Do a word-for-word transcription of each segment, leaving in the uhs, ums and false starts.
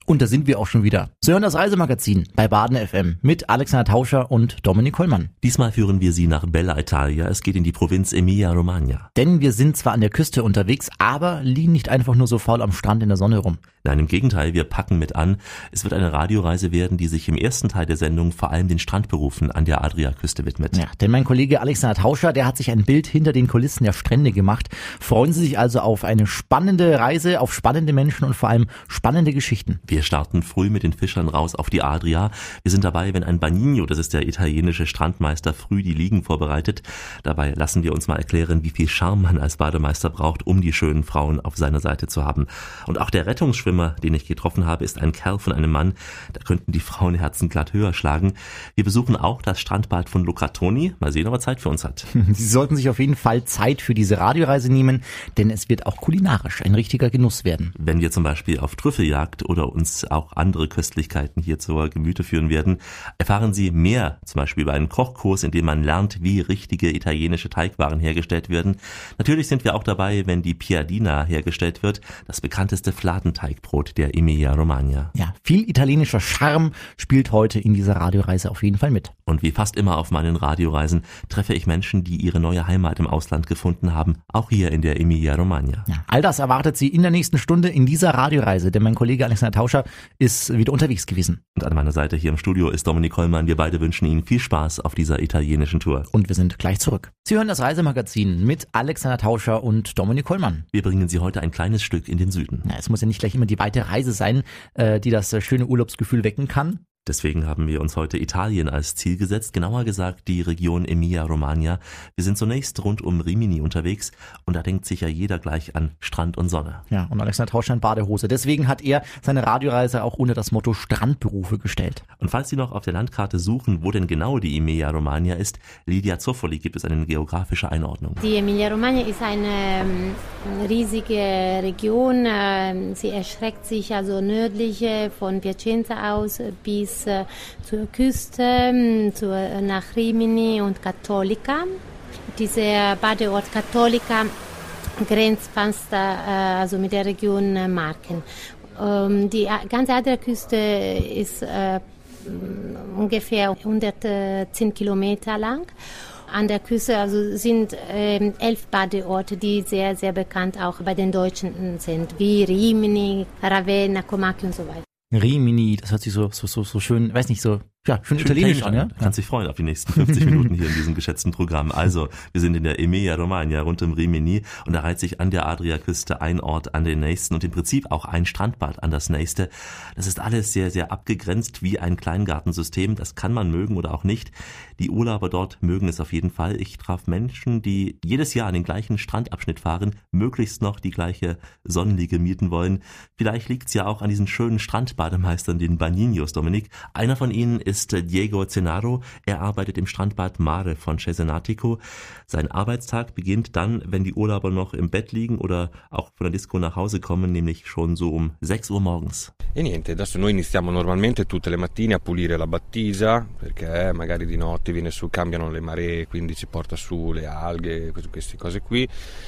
Und da sind wir auch schon wieder. Sie hören das Reisemagazin bei Baden F M mit Alexander Tauscher und Dominik Kollmann. Diesmal führen wir Sie nach Bella Italia. Es geht in die Provinz Emilia-Romagna. Denn wir sind zwar an der Küste unterwegs, aber liegen nicht einfach nur so faul am Strand in der Sonne rum. Nein, im Gegenteil, wir packen mit an. Es wird eine Radioreise werden, die sich im ersten Teil der Sendung vor allem den Strandberufen an der Adriaküste widmet. Ja, denn mein Kollege Alexander Tauscher, der hat sich ein Bild hinter den Kulissen der Strände gemacht. Freuen Sie sich also auf eine spannende Reise, auf spannende Menschen und vor allem spannende Geschichten. Wir starten früh mit den Fischern raus auf die Adria. Wir sind dabei, wenn ein Bagnino, das ist der italienische Strandmeister, früh die Liegen vorbereitet. Dabei lassen wir uns mal erklären, wie viel Charme man als Bademeister braucht, um die schönen Frauen auf seiner Seite zu haben. Und auch der Rettungsschwimmer, den ich getroffen habe, ist ein Kerl von einem Mann. Da könnten die Frauenherzen glatt höher schlagen. Wir besuchen auch das Strandbad von Lucatoni. Mal sehen, ob er Zeit für uns hat. Sie sollten sich auf jeden Fall Zeit für diese Radioreise nehmen, denn es wird auch kulinarisch ein richtiger Genuss werden. Wenn wir zum Beispiel auf Trüffeljagd oder uns auch andere Köstlichkeiten hier zur Gemüte führen werden, erfahren Sie mehr, zum Beispiel über einen Kochkurs, in dem man lernt, wie richtige italienische Teigwaren hergestellt werden. Natürlich sind wir auch dabei, wenn die Piadina hergestellt wird, das bekannteste Fladenteigbrot der Emilia-Romagna. Ja, viel italienischer Charme spielt heute in dieser Radioreise auf jeden Fall mit. Und wie fast immer auf meinen Radioreisen treffe ich Menschen, die ihre neue Heimat im Ausland gefunden haben, auch hier in der Emilia-Romagna. Ja, all das erwartet Sie in der nächsten Stunde in dieser Radioreise, denn mein Kollege Alexander Tauscher ist wieder unterwegs gewesen. Und an meiner Seite hier im Studio ist Dominik Kollmann. Wir beide wünschen Ihnen viel Spaß auf dieser italienischen Tour. Und wir sind gleich zurück. Sie hören das Reisemagazin mit Alexander Tauscher und Dominik Kollmann. Wir bringen Sie heute ein kleines Stück in den Süden. Ja, es muss ja nicht gleich immer die weite Reise sein, äh, die das schöne Urlaubsgefühl wecken kann. Deswegen haben wir uns heute Italien als Ziel gesetzt, genauer gesagt die Region Emilia-Romagna. Wir sind zunächst rund um Rimini unterwegs und da denkt sich ja jeder gleich an Strand und Sonne. Ja, und Alexander Tauscher in Badehose. Deswegen hat er seine Radioreise auch unter das Motto Strandberufe gestellt. Und falls Sie noch auf der Landkarte suchen, wo denn genau die Emilia-Romagna ist, Lidia Zoffoli gibt es eine geografische Einordnung. Die Emilia-Romagna ist eine riesige Region. Sie erstreckt sich also nördlich von Piacenza aus bis zur Küste, zur, nach Rimini und Cattolica. Dieser Badeort Cattolica grenzt fast also mit der Region Marken. Die ganze Adriaküste ist äh, ungefähr hundertzehn Kilometer lang. An der Küste also sind äh, elf Badeorte, die sehr, sehr bekannt auch bei den Deutschen sind, wie Rimini, Ravenna, Comacchio und so weiter. Rimini, das hört sich so so so, so schön, weiß nicht, so ja, schön, schön italienisch an, ja? Du kannst dich freuen auf die nächsten fünfzig Minuten hier in diesem geschätzten Programm. Also, wir sind in der Emilia-Romagna rund um Rimini und da reiht sich an der Adriaküste ein Ort an den nächsten und im Prinzip auch ein Strandbad an das nächste. Das ist alles sehr, sehr abgegrenzt wie ein Kleingartensystem. Das kann man mögen oder auch nicht. Die Urlauber dort mögen es auf jeden Fall. Ich traf Menschen, die jedes Jahr an den gleichen Strandabschnitt fahren, möglichst noch die gleiche Sonnenliege mieten wollen. Vielleicht liegt es ja auch an diesen schönen Strandbademeistern, den Bagninos, Dominik. Einer von ihnen ist ist Diego Cenaro. Er arbeitet im Strandbad Mare von Cesenatico. Sein Arbeitstag beginnt dann, wenn die Urlauber noch im Bett liegen oder auch von der Disco nach Hause kommen, nämlich schon so um sechs Uhr morgens. E niente, adesso noi iniziamo normalmente tutte le mattine a pulire la battisa, perché magari di notte viene su, cambiano le maree, quindi si porta su le alghe, queste cose qui.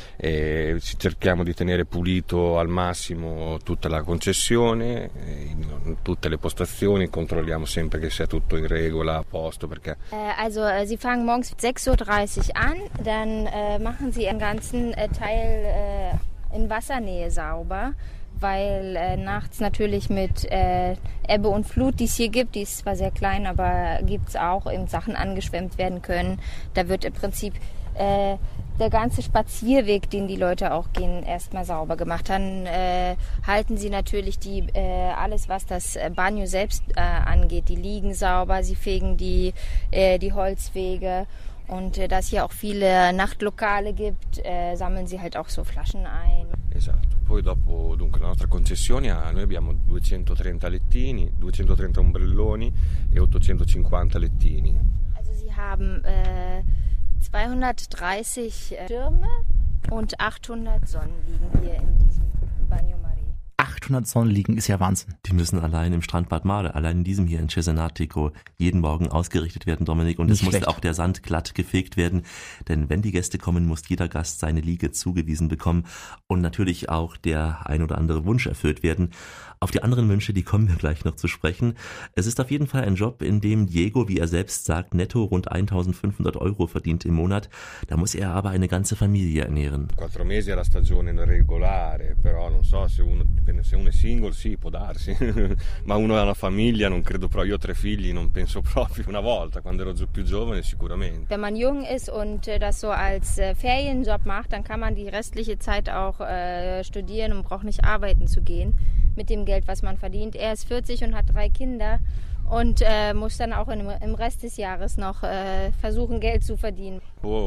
E cerchiamo di tenere pulito al massimo tutta la concessione, in tutte le postazioni, controlliamo sempre che sia tutto in regola, a posto, perché... Also Sie fangen morgens sechs Uhr dreißig an, dann äh, machen Sie den ganzen äh, Teil äh, in Wassernähe sauber, weil äh, nachts natürlich mit äh, Ebbe und Flut, die es hier gibt, die ist zwar sehr klein, aber gibt es auch, eben Sachen angeschwemmt werden können. Da wird im Prinzip äh, der ganze Spazierweg, den die Leute auch gehen, erstmal sauber gemacht. Dann äh, halten sie natürlich die, äh, alles, was das Bagno selbst äh, angeht, die Liegen sauber, sie fegen die, äh, die Holzwege. Und äh, da es hier auch viele Nachtlokale gibt, äh, sammeln sie halt auch so Flaschen ein. Esatto. Poi dopo, dunque, la nostra concessionia, noi abbiamo duecentotrenta lettini, duecentotrenta ombrelloni e ottocentocinquanta lettini. Also sie haben äh, zweihundertdreißig Türme und achthundert Sonnenliegen hier in diesem Bagno Mare. achthundert Sonnenliegen ist ja Wahnsinn. Die müssen allein im Strandbad Mare, allein in diesem hier in Cesenatico, jeden Morgen ausgerichtet werden, Dominik. Und es muss auch der Sand glatt gefegt werden. Denn wenn die Gäste kommen, muss jeder Gast seine Liege zugewiesen bekommen. Und natürlich auch der ein oder andere Wunsch erfüllt werden. Auf die anderen Wünsche, die kommen wir gleich noch zu sprechen. Es ist auf jeden Fall ein Job, in dem Diego, wie er selbst sagt, netto rund eintausendfünfhundert Euro verdient im Monat. Da muss er aber eine ganze Familie ernähren. Quattro mesi alla stagione regolare, però non so se uno, se uno è single, sì, può darsi. Ma uno ha una famiglia, non credo proprio. Io ho tre figli, non penso proprio. Una volta, quando ero più giovane, sicuramente. Wenn man jung ist und äh, das so als äh, Ferienjob macht, dann kann man die restliche Zeit auch äh, studieren und braucht nicht arbeiten zu gehen mit dem Geld, was man verdient. Er ist vierzig und hat drei Kinder und äh, muss dann auch in, im Rest des Jahres noch äh, versuchen, Geld zu verdienen.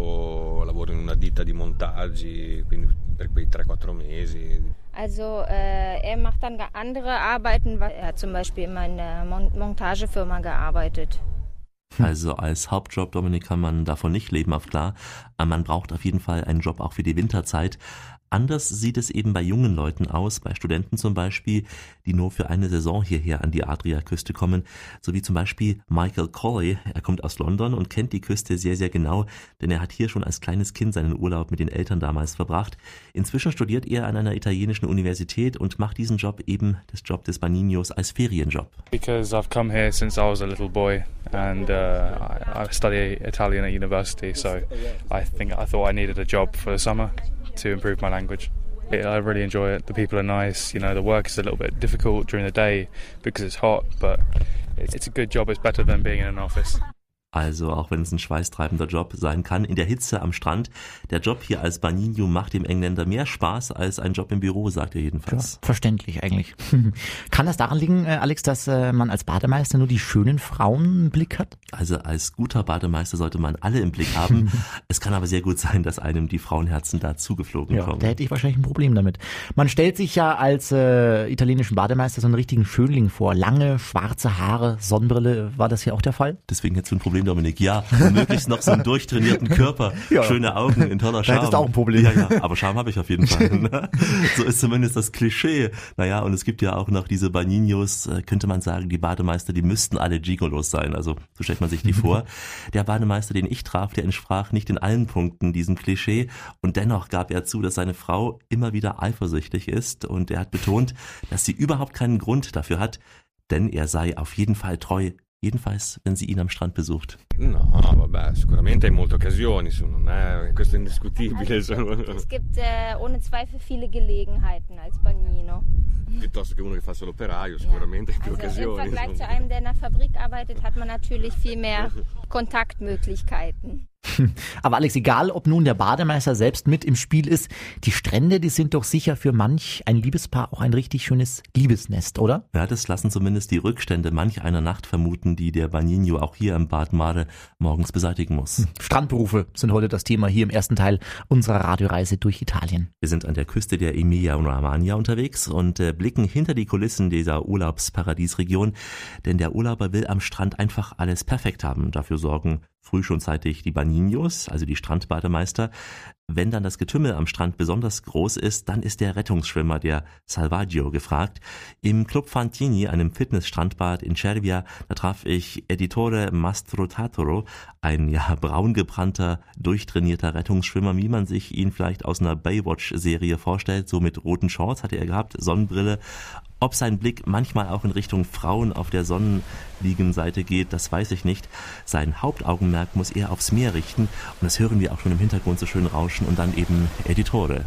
Oh, lavoro in una ditta di montaggi, quindi per quei tre quattro mesi. Also äh, er macht dann andere Arbeiten, weil er hat zum Beispiel in einer Mon- Montagefirma gearbeitet. Also als Hauptjob, Dominik, kann man davon nicht leben, auf klar. Aber man braucht auf jeden Fall einen Job auch für die Winterzeit. Anders sieht es eben bei jungen Leuten aus, bei Studenten zum Beispiel, die nur für eine Saison hierher an die Adriaküste kommen, so wie zum Beispiel Michael Colley. Er kommt aus London und kennt die Küste sehr, sehr genau, denn er hat hier schon als kleines Kind seinen Urlaub mit den Eltern damals verbracht. Inzwischen studiert er an einer italienischen Universität und macht diesen Job eben, das Job des Bagninos, als Ferienjob. Because I've come here since I was a little boy and uh, I, I study Italian at university, so I think I thought I needed a job for the summer to improve my language. I really enjoy it. The people are nice. You know, the work is a little bit difficult during the day because it's hot, but it's a good job. It's better than being in an office. Also auch wenn es ein schweißtreibender Job sein kann, in der Hitze am Strand, der Job hier als Bagnino macht dem Engländer mehr Spaß als ein Job im Büro, sagt er jedenfalls. Ja, verständlich eigentlich. Kann das daran liegen, Alex, dass man als Bademeister nur die schönen Frauen im Blick hat? Also als guter Bademeister sollte man alle im Blick haben. Es kann aber sehr gut sein, dass einem die Frauenherzen da zugeflogen ja, kommen. Da hätte ich wahrscheinlich ein Problem damit. Man stellt sich ja als äh, italienischen Bademeister so einen richtigen Schönling vor. Lange, schwarze Haare, Sonnenbrille. War das hier auch der Fall? Deswegen hättest du ein Problem, Dominik. Ja, möglichst noch so einen durchtrainierten Körper, ja. Schöne Augen, in toller Charme. Da hättest du auch ein Problem. Ja, ja, aber Charme habe ich auf jeden Fall. Ne? So ist zumindest das Klischee. Naja, und es gibt ja auch noch diese Bagninos, könnte man sagen, die Bademeister, die müssten alle Gigolos sein. Also so stellt man sich die vor. Der Bademeister, den ich traf, der entsprach nicht in allen Punkten diesem Klischee. Und dennoch gab er zu, dass seine Frau immer wieder eifersüchtig ist. Und er hat betont, dass sie überhaupt keinen Grund dafür hat, denn er sei auf jeden Fall treu. Jedenfalls, wenn sie ihn am Strand besucht. No, vabbè, sicuramente in molte occasioni, non è, questo è indiscutibile. Es gibt äh, ohne Zweifel viele Gelegenheiten als Bagnino. Piuttosto che uno che fa solo operaio, sicuramente in più also occasioni. Im Vergleich zu einem, der in der Fabrik arbeitet, hat man natürlich viel mehr Kontaktmöglichkeiten. Aber Alex, egal ob nun der Bademeister selbst mit im Spiel ist, die Strände, die sind doch sicher für manch ein Liebespaar auch ein richtig schönes Liebesnest, oder? Ja, das lassen zumindest die Rückstände manch einer Nacht vermuten, die der Bagnino auch hier im Bad Mare morgens beseitigen muss. Strandberufe sind heute das Thema hier im ersten Teil unserer Radioreise durch Italien. Wir sind an der Küste der Emilia-Romagna unterwegs und äh, blicken hinter die Kulissen dieser Urlaubsparadiesregion, denn der Urlauber will am Strand einfach alles perfekt haben. Dafür sorgen früh schon zeitig die Bagninos, also die Strandbademeister. Wenn dann das Getümmel am Strand besonders groß ist, dann ist der Rettungsschwimmer, der Salvaggio, gefragt. Im Club Fantini, einem Fitnessstrandbad in Cervia, da traf ich Editore Mastro Tatoro, ein ja braungebrannter, durchtrainierter Rettungsschwimmer, wie man sich ihn vielleicht aus einer Baywatch-Serie vorstellt. So mit roten Shorts hatte er gehabt, Sonnenbrille. Ob sein Blick manchmal auch in Richtung Frauen auf der Sonnenliegenseite geht, das weiß ich nicht. Sein Hauptaugenmerk muss er aufs Meer richten und das hören wir auch schon im Hintergrund so schön rauschen und dann eben Editore.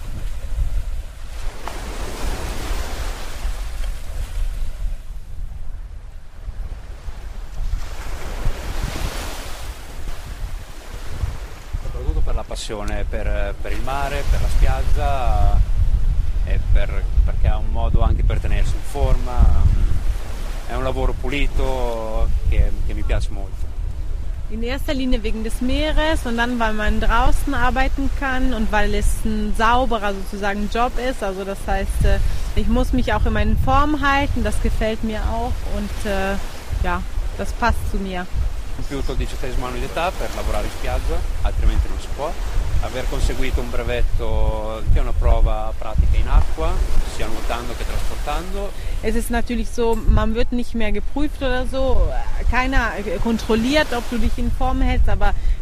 Soprattutto per la passione per, per il mare, per la spiaggia. E per, perché è un modo anche per tenersi in forma, è un lavoro pulito che, che mi piace molto. In erster Linie wegen des Meeres und dann, weil man draußen arbeiten kann und weil es ein sauberer sozusagen Job ist. Also das heißt, ich muss mich auch immer in Form halten, das gefällt mir auch und äh, ja, das passt zu mir. Compiuto il diciottesimo anno di età per lavorare in spiaggia, altrimenti non si può. Aver conseguito un brevetto che è una prova pratica in acqua, sia nuotando che trasportando. Es ist natürlich so, man wird nicht mehr geprüft oder so, keiner kontrolliert, ob du dich in Form hältst, aber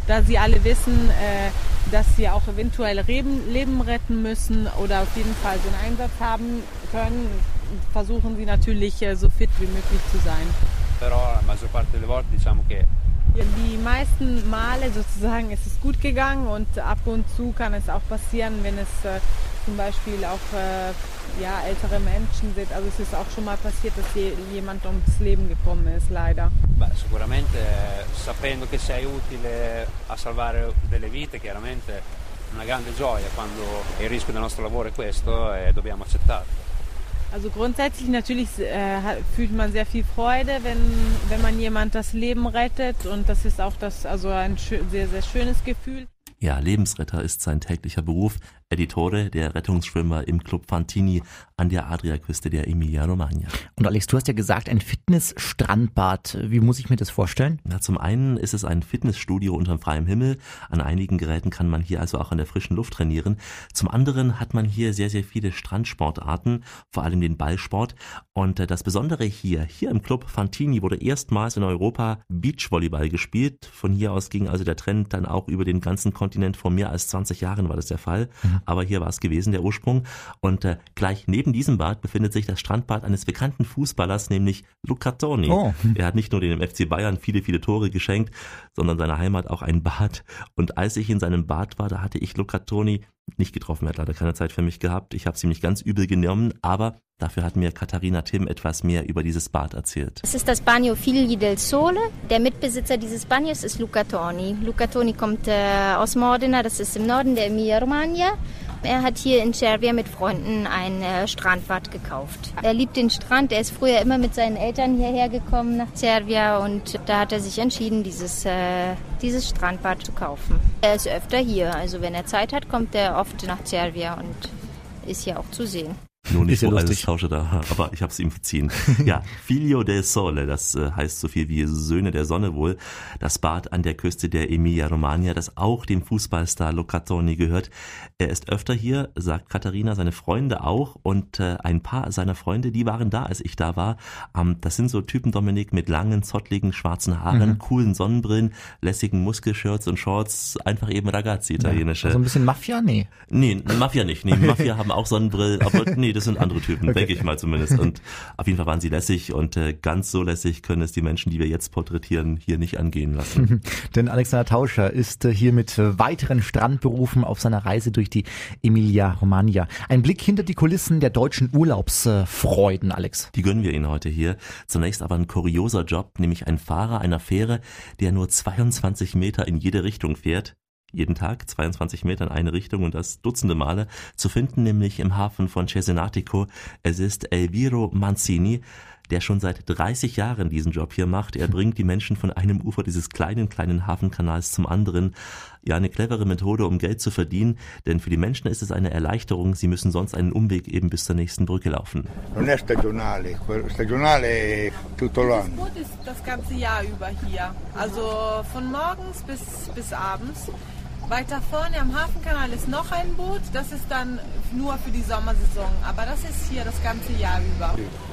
da sie alle wissen, äh, dass sie auch eventuell Leben, Leben retten müssen oder auf jeden Fall so einen Einsatz haben können, versuchen sie natürlich äh, so fit wie möglich zu sein. Però la maggior parte delle volte diciamo che die meisten Male sozusagen ist es gut gegangen und ab und zu kann es auch passieren, wenn es äh, zum Beispiel auch äh, ja, ältere Menschen sind. Also es ist auch schon mal passiert, dass je, jemand ums Leben gekommen ist, leider. Beh, sicuramente sapendo che sei utile a salvare delle vite, chiaramente una grande gioia quando il rischio del nostro lavoro è questo e dobbiamo accettarlo. Also grundsätzlich natürlich äh, fühlt man sehr viel Freude, wenn, wenn man jemand das Leben rettet und das ist auch das, also ein schö- sehr, sehr schönes Gefühl. Ja, Lebensretter ist sein täglicher Beruf. Editore, der Rettungsschwimmer im Club Fantini an der Adriaküste der Emilia-Romagna. Und Alex, du hast ja gesagt, ein Fitness-Strandbad. Wie muss ich mir das vorstellen? Na, zum einen ist es ein Fitnessstudio unter freiem Himmel. An einigen Geräten kann man hier also auch in der frischen Luft trainieren. Zum anderen hat man hier sehr, sehr viele Strandsportarten, vor allem den Ballsport. Und das Besondere hier, hier im Club Fantini wurde erstmals in Europa Beachvolleyball gespielt. Von hier aus ging also der Trend dann auch über den ganzen Kontinent. Vor mehr als zwanzig Jahren war das der Fall. Mhm. Aber hier war es gewesen, der Ursprung. Und äh, gleich neben diesem Bad befindet sich das Strandbad eines bekannten Fußballers, nämlich Luca Toni. Oh. Er hat nicht nur dem F C Bayern viele, viele Tore geschenkt, sondern seiner Heimat auch ein Bad. Und als ich in seinem Bad war, da hatte ich Luca Toni nicht getroffen. Er hat leider keine Zeit für mich gehabt. Ich habe es ihm nicht ganz übel genommen, aber dafür hat mir Katharina Timm etwas mehr über dieses Bad erzählt. Es ist das Bagno Figli del Sole. Der Mitbesitzer dieses Bagnos ist Luca Toni. Luca Toni kommt äh, aus Modena, das ist im Norden der Emilia-Romagna. Er hat hier in Cervia mit Freunden ein äh, Strandbad gekauft. Er liebt den Strand, er ist früher immer mit seinen Eltern hierher gekommen nach Cervia und da hat er sich entschieden, dieses, äh, dieses Strandbad zu kaufen. Er ist öfter hier, also wenn er Zeit hat, kommt er oft nach Cervia und ist hier auch zu sehen. Nur nicht so alles Tausche da, aber ich habe es ihm verziehen. Ja, Figlio del Sole, das äh, heißt so viel wie Söhne der Sonne wohl. Das Bad an der Küste der Emilia-Romagna, das auch dem Fußballstar Luca Toni gehört. Er ist öfter hier, sagt Katharina, seine Freunde auch. Und äh, ein paar seiner Freunde, die waren da, als ich da war. Ähm, das sind so Typen, Dominik, mit langen, zottligen, schwarzen Haaren, mhm. coolen Sonnenbrillen, lässigen Muskelshirts und Shorts. Einfach eben Ragazzi, italienische. Ja, also ein bisschen Mafia? Nee. Nee, Mafia nicht. Nee, Mafia haben auch Sonnenbrillen, aber nee, das sind andere Typen, okay. Denke ich mal zumindest. Und auf jeden Fall waren sie lässig und äh, ganz so lässig können es die Menschen, die wir jetzt porträtieren, hier nicht angehen lassen. Denn Alexander Tauscher ist äh, hier mit äh, weiteren Strandberufen auf seiner Reise durch die Emilia-Romagna. Ein Blick hinter die Kulissen der deutschen Urlaubsfreuden, äh, Alex. Die gönnen wir Ihnen heute hier. Zunächst aber ein kurioser Job, nämlich ein Fahrer einer Fähre, der nur zweiundzwanzig Meter in jede Richtung fährt. Jeden Tag zweiundzwanzig Meter in eine Richtung und das dutzende Male, zu finden nämlich im Hafen von Cesenatico. Es ist Elviro Mancini, der schon seit dreißig Jahren diesen Job hier macht. Er bringt die Menschen von einem Ufer dieses kleinen, kleinen Hafenkanals zum anderen. Ja, eine clevere Methode, um Geld zu verdienen, denn für die Menschen ist es eine Erleichterung. Sie müssen sonst einen Umweg eben bis zur nächsten Brücke laufen. Non è stagionale, stagionale è tutto l'anno. Das Boot ist das ganze Jahr über hier, also von morgens bis, bis abends. Weiter vorne am Hafenkanal ist noch ein Boot, das ist dann nur für die Sommersaison, aber das ist hier das ganze Jahr über.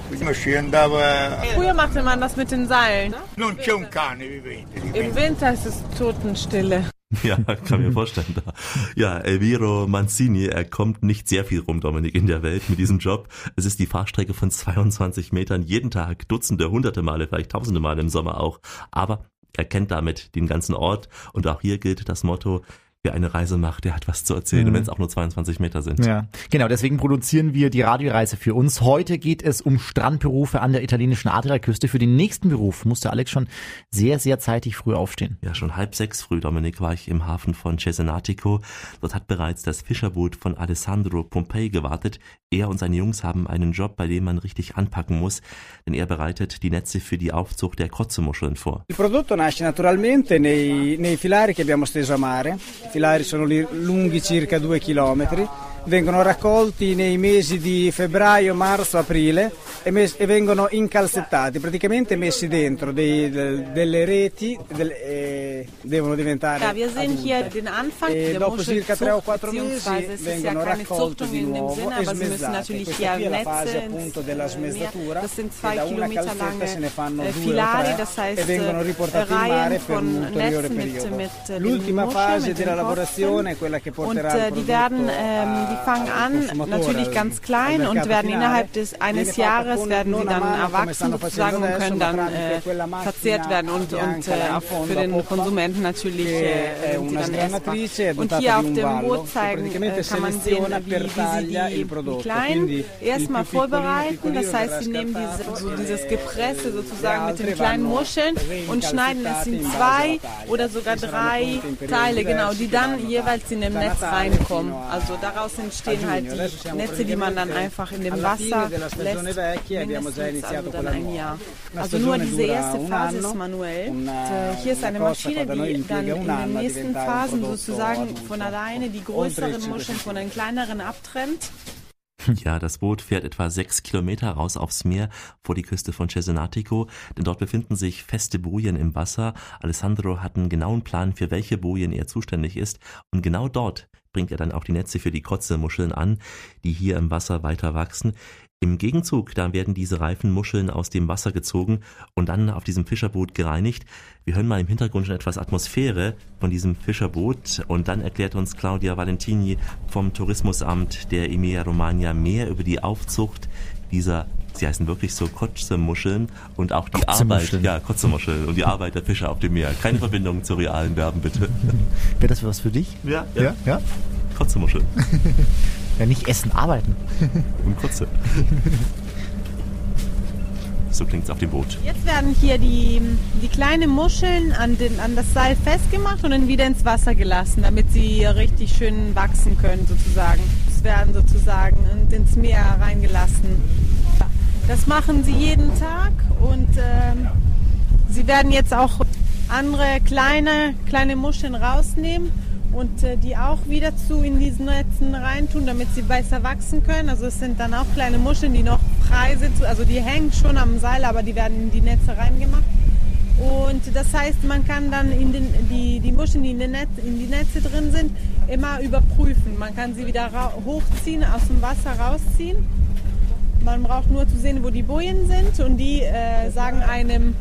Früher machte man das mit den Seilen. Non c'è un cane vivente. Im Winter ist es Totenstille. Ja, kann mir vorstellen. Da. Ja, Elviro Mancini, er kommt nicht sehr viel rum, Dominik, in der Welt mit diesem Job. Es ist die Fahrstrecke von zweiundzwanzig Metern, jeden Tag, Dutzende, Hunderte Male, vielleicht Tausende Male im Sommer auch. Aber er kennt damit den ganzen Ort und auch hier gilt das Motto: Wer eine Reise macht, der hat was zu erzählen, mhm. wenn es auch nur zweiundzwanzig Meter sind. Ja, genau, deswegen produzieren wir die Radioreise für uns. Heute geht es um Strandberufe an der italienischen Adriaküste. Für den nächsten Beruf musste Alex schon sehr, sehr zeitig früh aufstehen. Ja, schon halb sechs früh, Dominik, war ich im Hafen von Cesenatico. Dort hat bereits das Fischerboot von Alessandro Pompei gewartet. Er und seine Jungs haben einen Job, bei dem man richtig anpacken muss, denn er bereitet die Netze für die Aufzucht der Krozzemuscheln vor. Il prodotto nasce naturalmente nei, nei filari che abbiamo steso a mare. I filari sono lunghi circa due chilometri. vengono raccolti nei mesi di febbraio, marzo, aprile e, mes- e vengono incalzettati, praticamente messi dentro dei, de- delle reti del- e devono diventare Ja, wir sehen hier adulte. den Anfang E der dopo circa tre o Muschelzucht, quattro mesi beziehungsweise es ist ja vengono keine raccolti Zuchtung di in dem nuovo Sinne, e aber sie müssen smezzati. natürlich Questa hier qui è la fase Netze appunto ins della äh, Meer. smezzatura. Das sind E zwei da una Kilometer calzetta lange se ne fanno äh, due o Filari, tre das heißt e vengono äh, riportati in mare Reihen per un von ulteriore Netzen mit, periodo. mit äh, den L'ultima Muscheln, fase mit della den lavorazione è quella che Kosten. Und porterà äh, il die prodotto werden, ähm, die fangen al an, consumatore, natürlich al- ganz al klein und mercato werden finale. innerhalb des Viene eines fatta Jahres con- werden non sie a dann mano come erwachsen stanno facendo sozusagen und adesso, können ma dann tramite äh, quella macchina verzehrt werden und, und bianca äh, là in auch fondo für a den poppa, Konsumenten natürlich che äh, è sind sie una dann sgranatrice essbar. Und dotata hier di auf un dem vallo Boot che zeigen, praticamente äh, kann man sehen, seleziona wie, per wie sie taglia die, il die prodotto. Kleinen Quindi erstmal il più piccolino, vorbereiten, piccolino das heißt, verrà sie nehmen diese, scartato so e dieses Gepresse le sozusagen mit den altre kleinen vanno Muscheln und schneiden es in reincalzettate in base zwei alla taglia. oder sogar Ci saranno drei punte in periodi Teile, genau, diversi die che dann vanno jeweils in dem da Netz Natale reinkommen. fino a- Also daraus entstehen a halt giugno. Adesso siamo die Netze, die man dann praticamente einfach in dem alla fine Wasser della stagione lässt, vecchia e abbiamo già mindestens iniziato also dann quella ein nuova. Jahr. La Also nur stagione diese dura erste un Phase anno, ist manuell. una- Und, äh, hier ist eine una costa Maschine, qua da noi die dann impiega in un den anno a nächsten diventare un Phasen prodotto sozusagen adulto. von alleine die Oltre größeren il Muscheln von den kleineren abtrennt. Ja, das Boot fährt etwa sechs Kilometer raus aufs Meer vor die Küste von Cesenatico, denn dort befinden sich feste Bojen im Wasser. Alessandro hat einen genauen Plan, für welche Bojen er zuständig ist, und genau dort bringt er dann auch die Netze für die Krotze-Muscheln an, die hier im Wasser weiter wachsen. Im Gegenzug, da werden diese reifen Muscheln aus dem Wasser gezogen und dann auf diesem Fischerboot gereinigt. Wir hören mal im Hintergrund schon etwas Atmosphäre von diesem Fischerboot und dann erklärt uns Claudia Valentini vom Tourismusamt der Emilia-Romagna mehr über die Aufzucht dieser, sie heißen wirklich so Krotze-Muscheln und auch die Arbeit, ja, Krotze-Muscheln und die Arbeit der Fischer auf dem Meer. Keine Verbindung zu realen Verben, bitte. Wäre das was für dich? Ja, Ja? ja? Krotze-Muscheln Ja, nicht essen, arbeiten. und Krotze. So klingt's auf dem Boot. Jetzt werden hier die, die kleinen Muscheln an, den, an das Seil festgemacht und dann wieder ins Wasser gelassen, damit sie richtig schön wachsen können sozusagen. Es werden sozusagen ins Meer reingelassen. Das machen sie jeden Tag und ähm, sie werden jetzt auch andere kleine, kleine Muscheln rausnehmen und äh, die auch wieder zu in diesen Netzen reintun, damit sie besser wachsen können. Also es sind dann auch kleine Muscheln, die noch frei sind, also die hängen schon am Seil, aber die werden in die Netze reingemacht. Und das heißt, man kann dann in den, die, die Muscheln, die in, den Netz, in die Netze drin sind, immer überprüfen. Man kann sie wieder hochziehen, aus dem Wasser rausziehen. Man braucht nur zu sehen, wo die Bojen sind und die äh, sagen einem,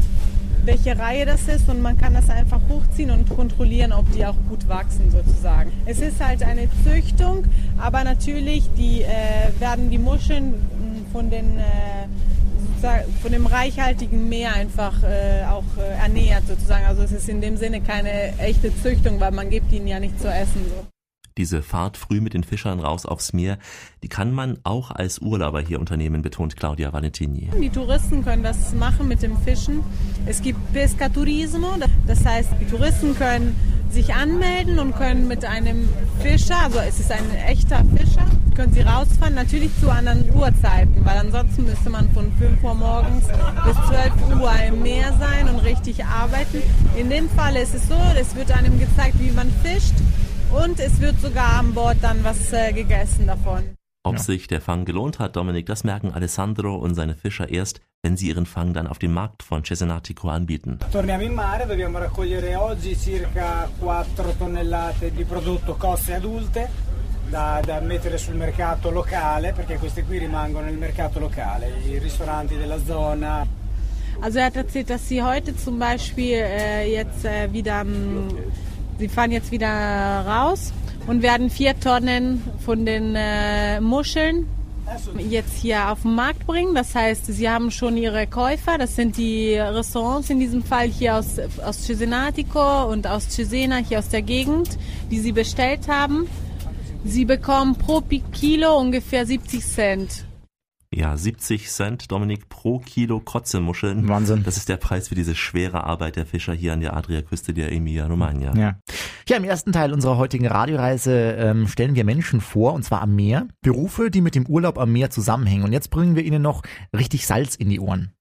welche Reihe das ist und man kann das einfach hochziehen und kontrollieren, ob die auch gut wachsen sozusagen. Es ist halt eine Züchtung, aber natürlich die, äh, werden die Muscheln von, den, äh, sozusagen von dem reichhaltigen Meer einfach äh, auch äh, ernährt sozusagen. Also es ist in dem Sinne keine echte Züchtung, weil man gibt ihnen ja nicht zu essen. So. Diese Fahrt früh mit den Fischern raus aufs Meer, die kann man auch als Urlauber hier unternehmen, betont Claudia Valentini. Die Touristen können das machen mit dem Fischen. Es gibt Pescaturismo, das heißt, die Touristen können sich anmelden und können mit einem Fischer, also es ist ein echter Fischer, können sie rausfahren, natürlich zu anderen Uhrzeiten, weil ansonsten müsste man von fünf Uhr morgens bis zwölf Uhr im Meer sein und richtig arbeiten. In dem Fall ist es so, es wird einem gezeigt, wie man fischt. Und es wird sogar an Bord dann was äh, gegessen davon. Ob Ja. sich der Fang gelohnt hat, Dominik, das merken Alessandro und seine Fischer erst, wenn sie ihren Fang dann auf dem Markt von Cesenatico anbieten. Torniamo in mare, dobbiamo raccogliere oggi circa quattro tonnellate di prodotto cozze adulte da, da mettere sul mercato locale, perché queste qui rimangono nel mercato locale, i ristoranti della zona. Also er hat erzählt, dass sie heute zum Beispiel äh, jetzt äh, wieder, mh, sie fahren jetzt wieder raus und werden vier Tonnen von den äh, Muscheln jetzt hier auf den Markt bringen. Das heißt, sie haben schon ihre Käufer, das sind die Restaurants in diesem Fall hier aus, aus Cesenatico und aus Cesena, hier aus der Gegend, die sie bestellt haben. Sie bekommen pro Kilo ungefähr siebzig Cent. Ja, siebzig Cent, Dominik, pro Kilo Kotzemuscheln. Wahnsinn. Das ist der Preis für diese schwere Arbeit der Fischer hier an der Adriaküste der Emilia-Romagna. Ja. Ja, im ersten Teil unserer heutigen Radioreise ähm, stellen wir Menschen vor, und zwar am Meer. Berufe, die mit dem Urlaub am Meer zusammenhängen. Und jetzt bringen wir ihnen noch richtig Salz in die Ohren.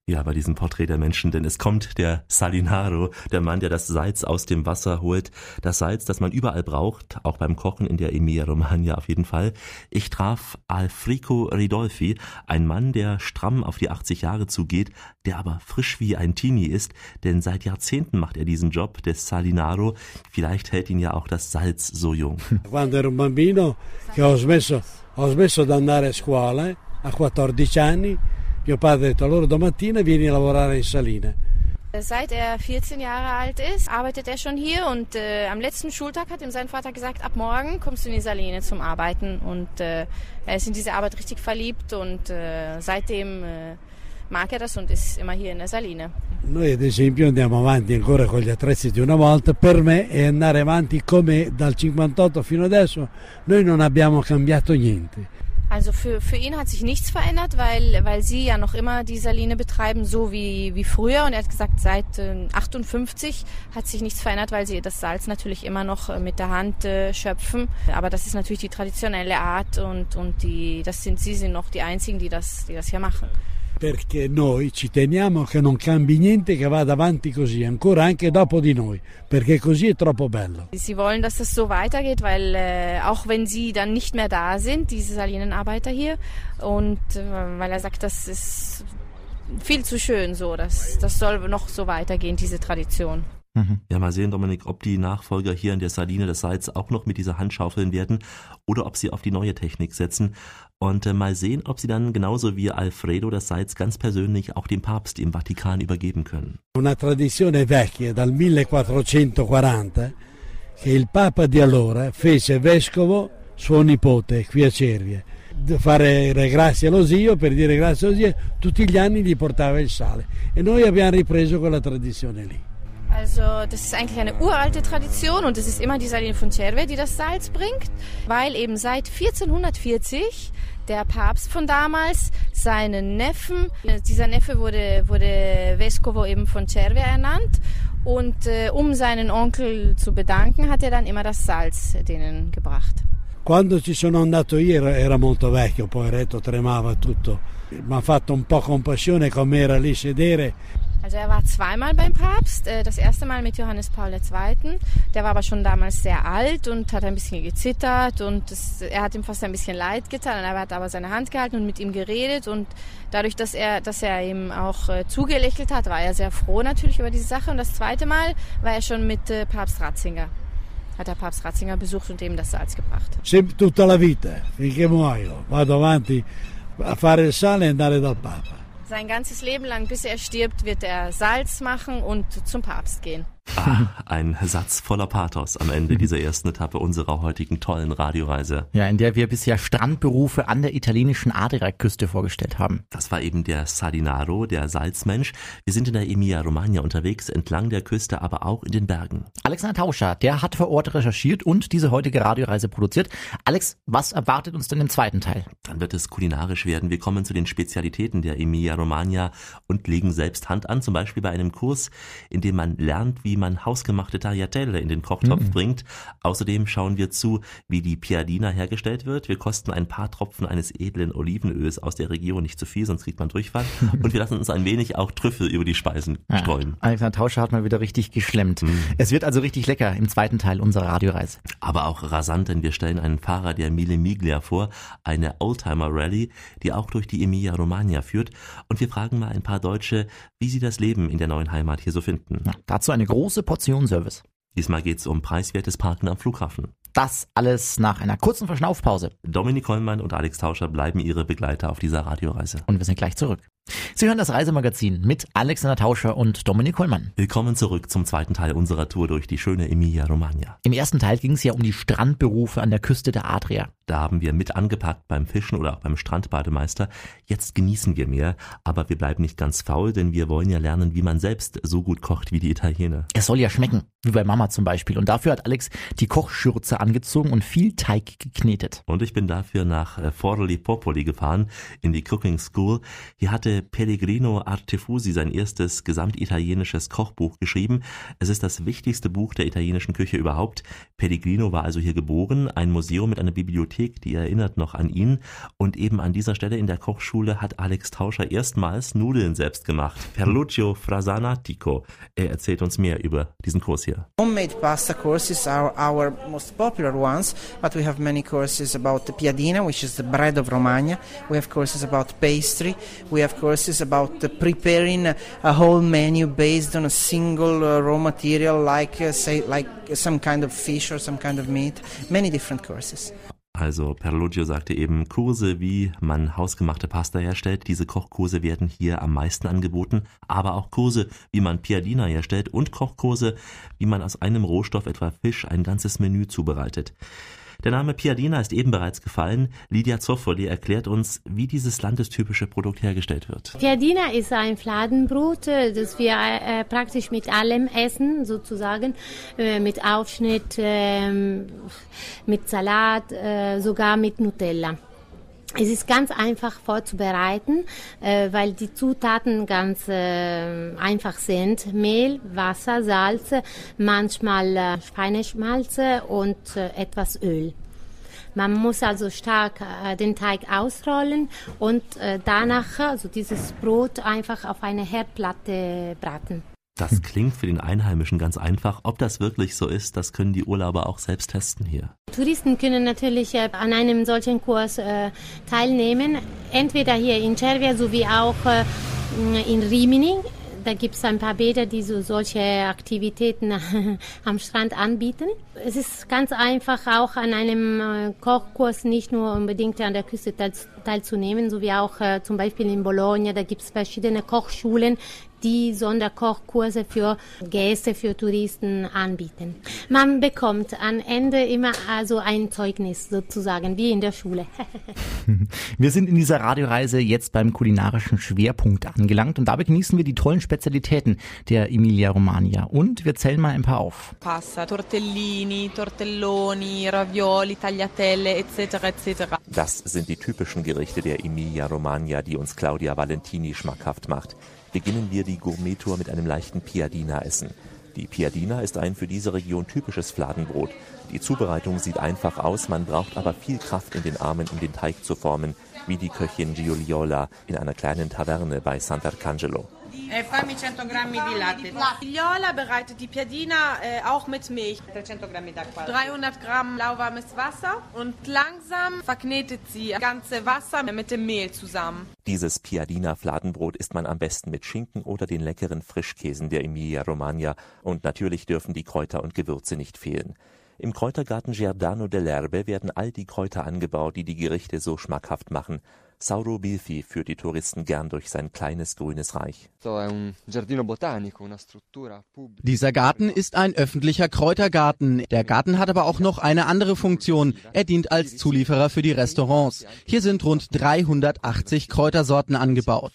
Ja, bei diesem Porträt der Menschen, denn es kommt der Salinaro, der Mann, der das Salz aus dem Wasser holt. Das Salz, das man überall braucht, auch beim Kochen in der Emilia-Romagna auf jeden Fall. Ich traf Alfrico Ridolfi, ein Mann, der stramm auf die achtzig Jahre zugeht, der aber frisch wie ein Teenie ist, denn seit Jahrzehnten macht er diesen Job des Salinaro. Vielleicht hält ihn ja auch das Salz so jung. Quando ero un bambino che ho smesso, ho smesso di andare a scuola a quattordici anni. Mio padre ha detto, allora domattina vieni a lavorare in Saline. Seit er vierzehn Jahre alt ist, arbeitet er schon hier und äh, am letzten Schultag hat ihm sein Vater gesagt, ab morgen kommst du in die Saline zum Arbeiten und äh, er ist in diese Arbeit richtig verliebt und äh, seitdem äh, mag er das und ist immer hier in der Saline. Noi ad esempio andiamo avanti ancora con gli attrezzi di una volta, per me è andare avanti come dal cinquantotto fino adesso, noi non abbiamo cambiato niente. Also für, für ihn hat sich nichts verändert, weil, weil sie ja noch immer die Saline betreiben, so wie, wie früher. Und er hat gesagt, seit äh, achtundfünfzig hat sich nichts verändert, weil sie das Salz natürlich immer noch äh, mit der Hand äh, schöpfen. Aber das ist natürlich die traditionelle Art und, und die, das sind, sie sind noch die Einzigen, die das, die das hier machen. Perché noi ci teniamo che non cambi niente, che vada avanti così, ancora anche dopo di noi, perché così è troppo bello. Sie wollen, dass das so weitergeht, weil äh, auch wenn sie dann nicht mehr da sind, diese Salinenarbeiter hier, und äh, weil er sagt, das ist viel zu schön so, das, das soll noch so weitergehen, diese Tradition. Ja, mal sehen, Dominik, ob die Nachfolger hier in der Saline das Salz auch noch mit dieser Hand schaufeln werden oder ob sie auf die neue Technik setzen. Und äh, mal sehen, ob sie dann genauso wie Alfredo das Salz ganz persönlich auch dem Papst im Vatikan übergeben können. Una tradizione vecchia dal millequattrocentoquaranta che il Papa di allora fece vescovo suo nipote qui a Cervia. Fare grazie allo zio, per dire grazie allo zio, tutti gli anni gli portava il sale e noi abbiamo ripreso quella tradizione lì. Also das ist eigentlich eine uralte Tradition und es ist immer die Saline von Cervia, die das Salz bringt, weil eben seit vierzehnhundertvierzig der Papst von damals seinen Neffen, dieser Neffe wurde, wurde Vescovo eben von Cervia ernannt und äh, um seinen Onkel zu bedanken, hat er dann immer das Salz denen gebracht. Quando ci sono andato io era, era molto vecchio, poveretto, tremava tutto, mi ha fatto un po' compassione come era lì sedere. Also er war zweimal beim Papst, das erste Mal mit Johannes Paul der Zweite. Der war aber schon damals sehr alt und hat ein bisschen gezittert und das, er hat ihm fast ein bisschen leid getan. Er hat aber seine Hand gehalten und mit ihm geredet und dadurch, dass er, dass er ihm auch zugelächelt hat, war er sehr froh natürlich über diese Sache. Und das zweite Mal war er schon mit Papst Ratzinger. Hat der Papst Ratzinger besucht und ihm das Salz gebracht. Sempre tutta la vita, finché muoio, vado avanti a fare il sale e andare dal Papa. Sein ganzes Leben lang, bis er stirbt, wird er Salz machen und zum Papst gehen. Ah, ein Satz voller Pathos am Ende dieser ersten Etappe unserer heutigen tollen Radioreise. Ja, in der wir bisher Strandberufe an der italienischen Adriaküste vorgestellt haben. Das war eben der Salinaro, der Salzmensch. Wir sind in der Emilia-Romagna unterwegs, entlang der Küste, aber auch in den Bergen. Alexander Tauscher, der hat vor Ort recherchiert und diese heutige Radioreise produziert. Alex, was erwartet uns denn im zweiten Teil? Dann wird es kulinarisch werden. Wir kommen zu den Spezialitäten der Emilia-Romagna und legen selbst Hand an, zum Beispiel bei einem Kurs, in dem man lernt, wie man hausgemachte Tagliatelle in den Kochtopf mhm. bringt. Außerdem schauen wir zu, wie die Piadina hergestellt wird. Wir kosten ein paar Tropfen eines edlen Olivenöls aus der Region, nicht zu viel, sonst kriegt man Durchfall. Und wir lassen uns ein wenig auch Trüffel über die Speisen ja, streuen. Alexander Tauscher hat mal wieder richtig geschlemmt. Mhm. Es wird also richtig lecker im zweiten Teil unserer Radioreise. Aber auch rasant, denn wir stellen einen Fahrer der Mille Miglia vor, eine Oldtimer-Rallye, die auch durch die Emilia-Romagna führt. Und wir fragen mal ein paar Deutsche, wie sie das Leben in der neuen Heimat hier so finden. Ja, dazu eine große Portion Service. Diesmal geht's um preiswertes Parken am Flughafen. Das alles nach einer kurzen Verschnaufpause. Dominik Hollmann und Alex Tauscher bleiben ihre Begleiter auf dieser Radioreise. Und wir sind gleich zurück. Sie hören das Reisemagazin mit Alexander Tauscher und Dominik Hollmann. Willkommen zurück zum zweiten Teil unserer Tour durch die schöne Emilia-Romagna. Im ersten Teil ging es ja um die Strandberufe an der Küste der Adria. Da haben wir mit angepackt beim Fischen oder auch beim Strandbademeister. Jetzt genießen wir mehr, aber wir bleiben nicht ganz faul, denn wir wollen ja lernen, wie man selbst so gut kocht wie die Italiener. Es soll ja schmecken, wie bei Mama zum Beispiel. Und dafür hat Alex die Kochschürze angezogen und viel Teig geknetet. Und ich bin dafür nach Forlì Popoli gefahren, in die Cooking School. Hier hatte hatte Pellegrino Artefusi sein erstes gesamtitalienisches Kochbuch geschrieben. Es ist das wichtigste Buch der italienischen Küche überhaupt. Pellegrino war also hier geboren, ein Museum mit einer Bibliothek, die erinnert noch an ihn. Und eben an dieser Stelle in der Kochschule hat Alex Tauscher erstmals Nudeln selbst gemacht. Ferruccio Frasanatico. Er erzählt uns mehr über diesen Kurs hier. Homemade pasta courses are our most popular ones, but we have many courses about the piadina, which is the bread of Romagna. We have courses about pastry. We have courses about uh, preparing a, a whole menu based on a single uh, raw material, like uh, say like some kind of fish or some kind of meat. Many different courses. Also Ferruccio sagte eben, Kurse, wie man hausgemachte Pasta herstellt. Diese Kochkurse werden hier am meisten angeboten, aber auch Kurse, wie man Piadina herstellt und Kochkurse, wie man aus einem Rohstoff, etwa Fisch, ein ganzes Menü zubereitet. Der Name Piadina ist eben bereits gefallen. Lydia Zoffoli erklärt uns, wie dieses landestypische Produkt hergestellt wird. Piadina ist ein Fladenbrot, das wir äh, praktisch mit allem essen, sozusagen, äh, mit Aufschnitt, äh, mit Salat, äh, sogar mit Nutella. Es ist ganz einfach vorzubereiten, äh, weil die Zutaten ganz äh, einfach sind. Mehl, Wasser, Salz, manchmal äh, Schweineschmalz und äh, etwas Öl. Man muss also stark äh, den Teig ausrollen und äh, danach also dieses Brot einfach auf eine Herdplatte braten. Das klingt für den Einheimischen ganz einfach. Ob das wirklich so ist, das können die Urlauber auch selbst testen hier. Touristen können natürlich äh, an einem solchen Kurs äh, teilnehmen, entweder hier in Cervia sowie auch äh, in Rimini. Da gibt es ein paar Bäder, die so solche Aktivitäten am Strand anbieten. Es ist ganz einfach, auch an einem äh, Kochkurs nicht nur unbedingt an der Küste teil, teilzunehmen, sowie auch äh, zum Beispiel in Bologna. Da gibt es verschiedene Kochschulen, die Sonderkochkurse für Gäste, für Touristen anbieten. Man bekommt am Ende immer also ein Zeugnis sozusagen, wie in der Schule. Wir sind in dieser Radioreise jetzt beim kulinarischen Schwerpunkt angelangt und dabei genießen wir die tollen Spezialitäten der Emilia-Romagna und wir zählen mal ein paar auf. Pasta, Tortellini, Tortelloni, Ravioli, Tagliatelle et cetera et cetera. Das sind die typischen Gerichte der Emilia-Romagna, die uns Claudia Valentini schmackhaft macht. Beginnen wir die Gourmet-Tour mit einem leichten Piadina-Essen. Die Piadina ist ein für diese Region typisches Fladenbrot. Die Zubereitung sieht einfach aus, man braucht aber viel Kraft in den Armen, um den Teig zu formen, wie die Köchin Giuliola in einer kleinen Taverne bei Sant'Arcangelo. E fammi cento grammi di latte. Giuliola bereitet die Piadina äh, auch mit Milch. dreihundert Grammi d'acqua. dreihundert Gramm lauwarmes Wasser und langsam verknetet sie das ganze Wasser mit dem Mehl zusammen. Dieses Piadina-Fladenbrot isst man am besten mit Schinken oder den leckeren Frischkäsen der Emilia-Romagna und natürlich dürfen die Kräuter und Gewürze nicht fehlen. Im Kräutergarten Giardano dell'Erbe werden all die Kräuter angebaut, die die Gerichte so schmackhaft machen. Sauro Bilfi führt die Touristen gern durch sein kleines grünes Reich. Dieser Garten ist ein öffentlicher Kräutergarten. Der Garten hat aber auch noch eine andere Funktion. Er dient als Zulieferer für die Restaurants. Hier sind rund dreihundertachtzig Kräutersorten angebaut.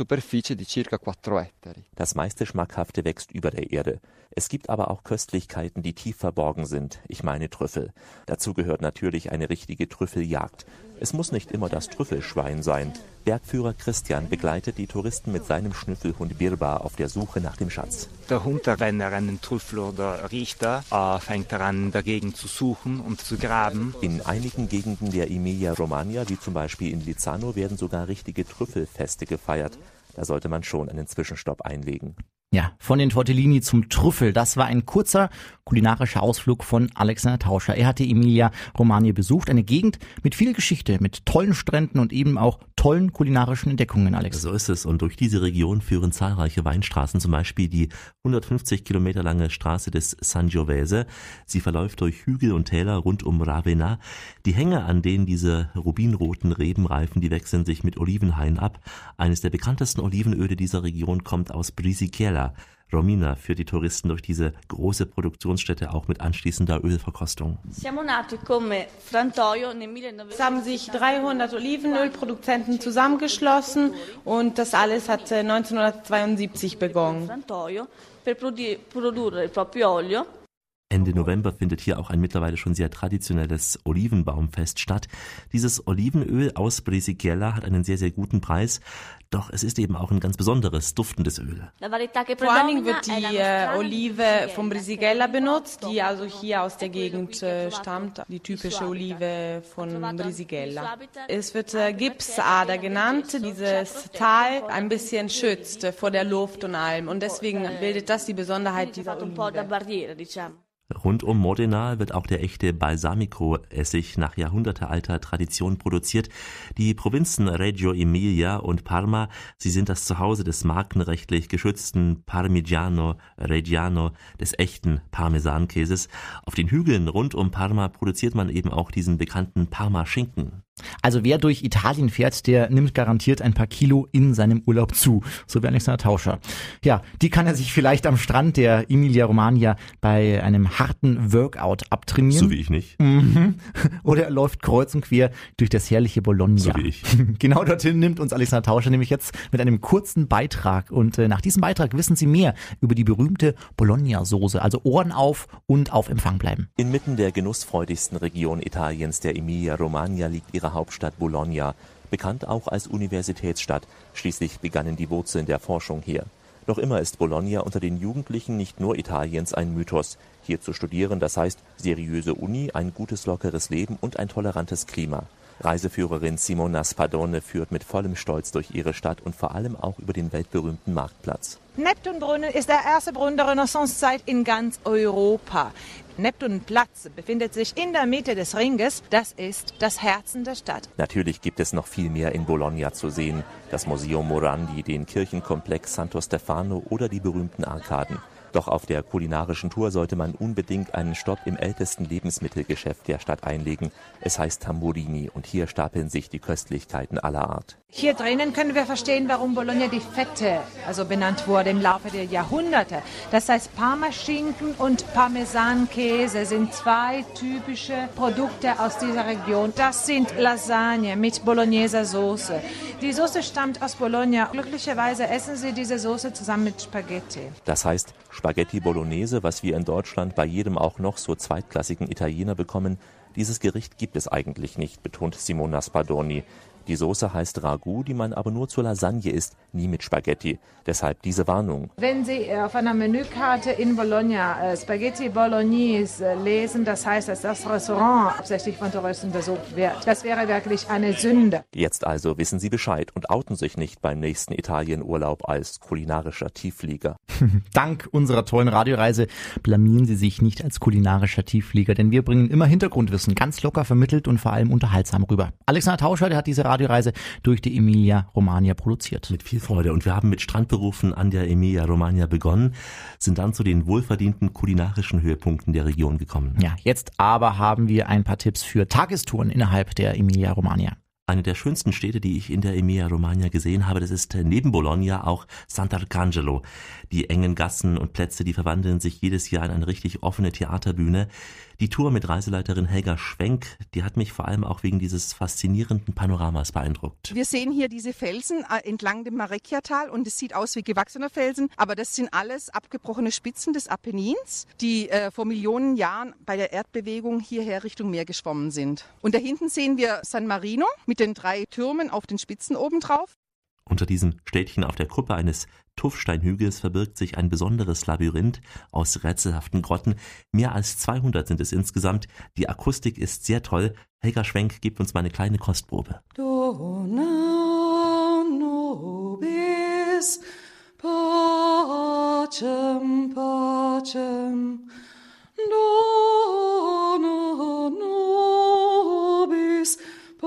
Das meiste Schmackhafte wächst über der Erde. Es gibt aber auch Köstlichkeiten, die tief verborgen sind. Ich meine Trüffel. Dazu gehört natürlich eine richtige Trüffeljagd. Es muss nicht immer das Trüffelschwein sein. Bergführer Christian begleitet die Touristen mit seinem Schnüffelhund Birba auf der Suche nach dem Schatz. Der Hund, wenn er einen Trüffel oder riecht er, äh, fängt er an, dagegen zu suchen und zu graben. In einigen Gegenden der Emilia-Romagna, wie zum Beispiel in Lizzano, werden sogar richtige Trüffelfeste gefeiert. Da sollte man schon einen Zwischenstopp einlegen. Ja, von den Tortellini zum Trüffel. Das war ein kurzer kulinarischer Ausflug von Alexander Tauscher. Er hatte Emilia-Romagna besucht, eine Gegend mit viel Geschichte, mit tollen Stränden und eben auch tollen kulinarischen Entdeckungen, Alex. So ist es. Und durch diese Region führen zahlreiche Weinstraßen, zum Beispiel die hundertfünfzig Kilometer lange Straße des Sangiovese. Sie verläuft durch Hügel und Täler rund um Ravenna. Die Hänge, an denen diese rubinroten Reben reifen, die wechseln sich mit Olivenhainen ab. Eines der bekanntesten Olivenöle dieser Region kommt aus Brisighella. Romina führt die Touristen durch diese große Produktionsstätte auch mit anschließender Ölverkostung. Es haben sich dreihundert Olivenölproduzenten zusammengeschlossen und das alles hat neunzehnhundertzweiundsiebzig begonnen. Ende November findet hier auch ein mittlerweile schon sehr traditionelles Olivenbaumfest statt. Dieses Olivenöl aus Brisighella hat einen sehr, sehr guten Preis. Doch es ist eben auch ein ganz besonderes, duftendes Öl. Vor allen Dingen wird die äh, Olive vom Brisighella benutzt, die also hier aus der Gegend äh, stammt, die typische Olive von Brisighella. Es wird äh, Gipsader genannt, dieses Tal ein bisschen schützt äh, vor der Luft und allem und deswegen bildet das die Besonderheit dieser Olive. Rund um Modena wird auch der echte Balsamico-Essig nach jahrhundertealter Tradition produziert. Die Provinzen Reggio Emilia und Parma, sie sind das Zuhause des markenrechtlich geschützten Parmigiano Reggiano, des echten Parmesankäses. Auf den Hügeln rund um Parma produziert man eben auch diesen bekannten Parma-Schinken. Also wer durch Italien fährt, der nimmt garantiert ein paar Kilo in seinem Urlaub zu. So wie Alexander Tauscher. Ja, die kann er sich vielleicht am Strand der Emilia-Romagna bei einem harten Workout abtrainieren. So wie ich nicht. Mhm. Oder er läuft kreuz und quer durch das herrliche Bologna. So wie ich. Genau dorthin nimmt uns Alexander Tauscher nämlich jetzt mit einem kurzen Beitrag. Und äh, nach diesem Beitrag wissen Sie mehr über die berühmte Bologna-Soße. Also Ohren auf und auf Empfang bleiben. Inmitten der genussfreudigsten Region Italiens, der Emilia-Romagna, liegt ihre Hauptstadt Bologna, bekannt auch als Universitätsstadt. Schließlich begannen die Wurzeln der Forschung hier. Noch immer ist Bologna unter den Jugendlichen nicht nur Italiens ein Mythos. Hier zu studieren, das heißt seriöse Uni, ein gutes, lockeres Leben und ein tolerantes Klima. Reiseführerin Simona Spadone führt mit vollem Stolz durch ihre Stadt und vor allem auch über den weltberühmten Marktplatz. Neptunbrunnen ist der erste Brunnen der Renaissancezeit in ganz Europa. Neptunplatz befindet sich in der Mitte des Ringes. Das ist das Herzen der Stadt. Natürlich gibt es noch viel mehr in Bologna zu sehen. Das Museum Morandi, den Kirchenkomplex Santo Stefano oder die berühmten Arkaden. Doch auf der kulinarischen Tour sollte man unbedingt einen Stopp im ältesten Lebensmittelgeschäft der Stadt einlegen. Es heißt Tamburini und hier stapeln sich die Köstlichkeiten aller Art. Hier drinnen können wir verstehen, warum Bologna die Fette also benannt wurde im Laufe der Jahrhunderte. Das heißt, Parmaschinken und Parmesankäse sind zwei typische Produkte aus dieser Region. Das sind Lasagne mit Bologneser Soße. Die Soße stammt aus Bologna. Glücklicherweise essen Sie diese Soße zusammen mit Spaghetti. Das heißt Spaghetti Bolognese, was wir in Deutschland bei jedem auch noch so zweitklassigen Italiener bekommen. Dieses Gericht gibt es eigentlich nicht, betont Simona Spadoni. Die Soße heißt Ragout, die man aber nur zur Lasagne isst, nie mit Spaghetti. Deshalb diese Warnung. Wenn Sie auf einer Menükarte in Bologna äh, Spaghetti Bolognese äh, lesen, das heißt, dass das Restaurant hauptsächlich von Touristen besucht wird. Das wäre wirklich eine Sünde. Jetzt also wissen Sie Bescheid und outen sich nicht beim nächsten Italienurlaub als kulinarischer Tiefflieger. Dank unserer tollen Radioreise blamieren Sie sich nicht als kulinarischer Tiefflieger, denn wir bringen immer Hintergrundwissen ganz locker vermittelt und vor allem unterhaltsam rüber. Alexander Tauscher, der hat diese Radioreise durch die Emilia-Romagna produziert. Mit viel Freude. Und wir haben mit Strandberufen an der Emilia-Romagna begonnen, sind dann zu den wohlverdienten kulinarischen Höhepunkten der Region gekommen. Ja, jetzt aber haben wir ein paar Tipps für Tagestouren innerhalb der Emilia-Romagna. Eine der schönsten Städte, die ich in der Emilia-Romagna gesehen habe, das ist neben Bologna auch Sant'Arcangelo. Die engen Gassen und Plätze, die verwandeln sich jedes Jahr in eine richtig offene Theaterbühne. Die Tour mit Reiseleiterin Helga Schwenk, die hat mich vor allem auch wegen dieses faszinierenden Panoramas beeindruckt. Wir sehen hier diese Felsen entlang dem Marecchia-Tal und es sieht aus wie gewachsener Felsen, aber das sind alles abgebrochene Spitzen des Apennins, die äh, vor Millionen Jahren bei der Erdbewegung hierher Richtung Meer geschwommen sind. Und da hinten sehen wir San Marino mit den drei Türmen auf den Spitzen obendrauf. Unter diesem Städtchen auf der Kuppe eines Tuffsteinhügels verbirgt sich ein besonderes Labyrinth aus rätselhaften Grotten. Mehr als zweihundert sind es insgesamt. Die Akustik ist sehr toll. Helga Schwenk gibt uns mal eine kleine Kostprobe. Dona nobis pacem, pacem, dona nobis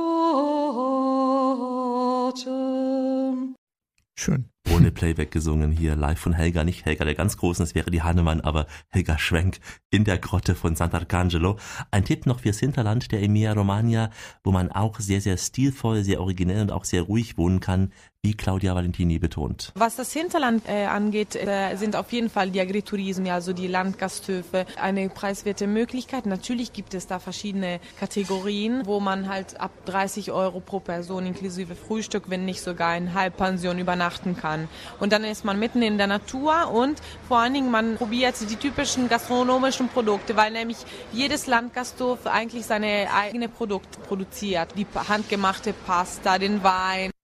pacem. Schön. Ohne Playback gesungen hier live von Helga, nicht Helga der ganz Großen, das wäre die Hannemann, aber Helga Schwenk in der Grotte von Sant'Arcangelo. Ein Tipp noch fürs Hinterland der Emilia-Romagna, wo man auch sehr, sehr stilvoll, sehr originell und auch sehr ruhig wohnen kann, wie Claudia Valentini betont. Was das Hinterland äh, angeht, äh, sind auf jeden Fall die Agriturismi, also die Landgasthöfe, eine preiswerte Möglichkeit. Natürlich gibt es da verschiedene Kategorien, wo man halt ab dreißig Euro pro Person inklusive Frühstück, wenn nicht sogar in Halbpension übernachten kann. Und dann ist man mitten in der Natur und vor allen Dingen man probiert die typischen gastronomischen Produkte, weil nämlich jedes Landgasthof eigentlich seine eigenen Produkte produziert. Die handgemachte Pasta, den Wein.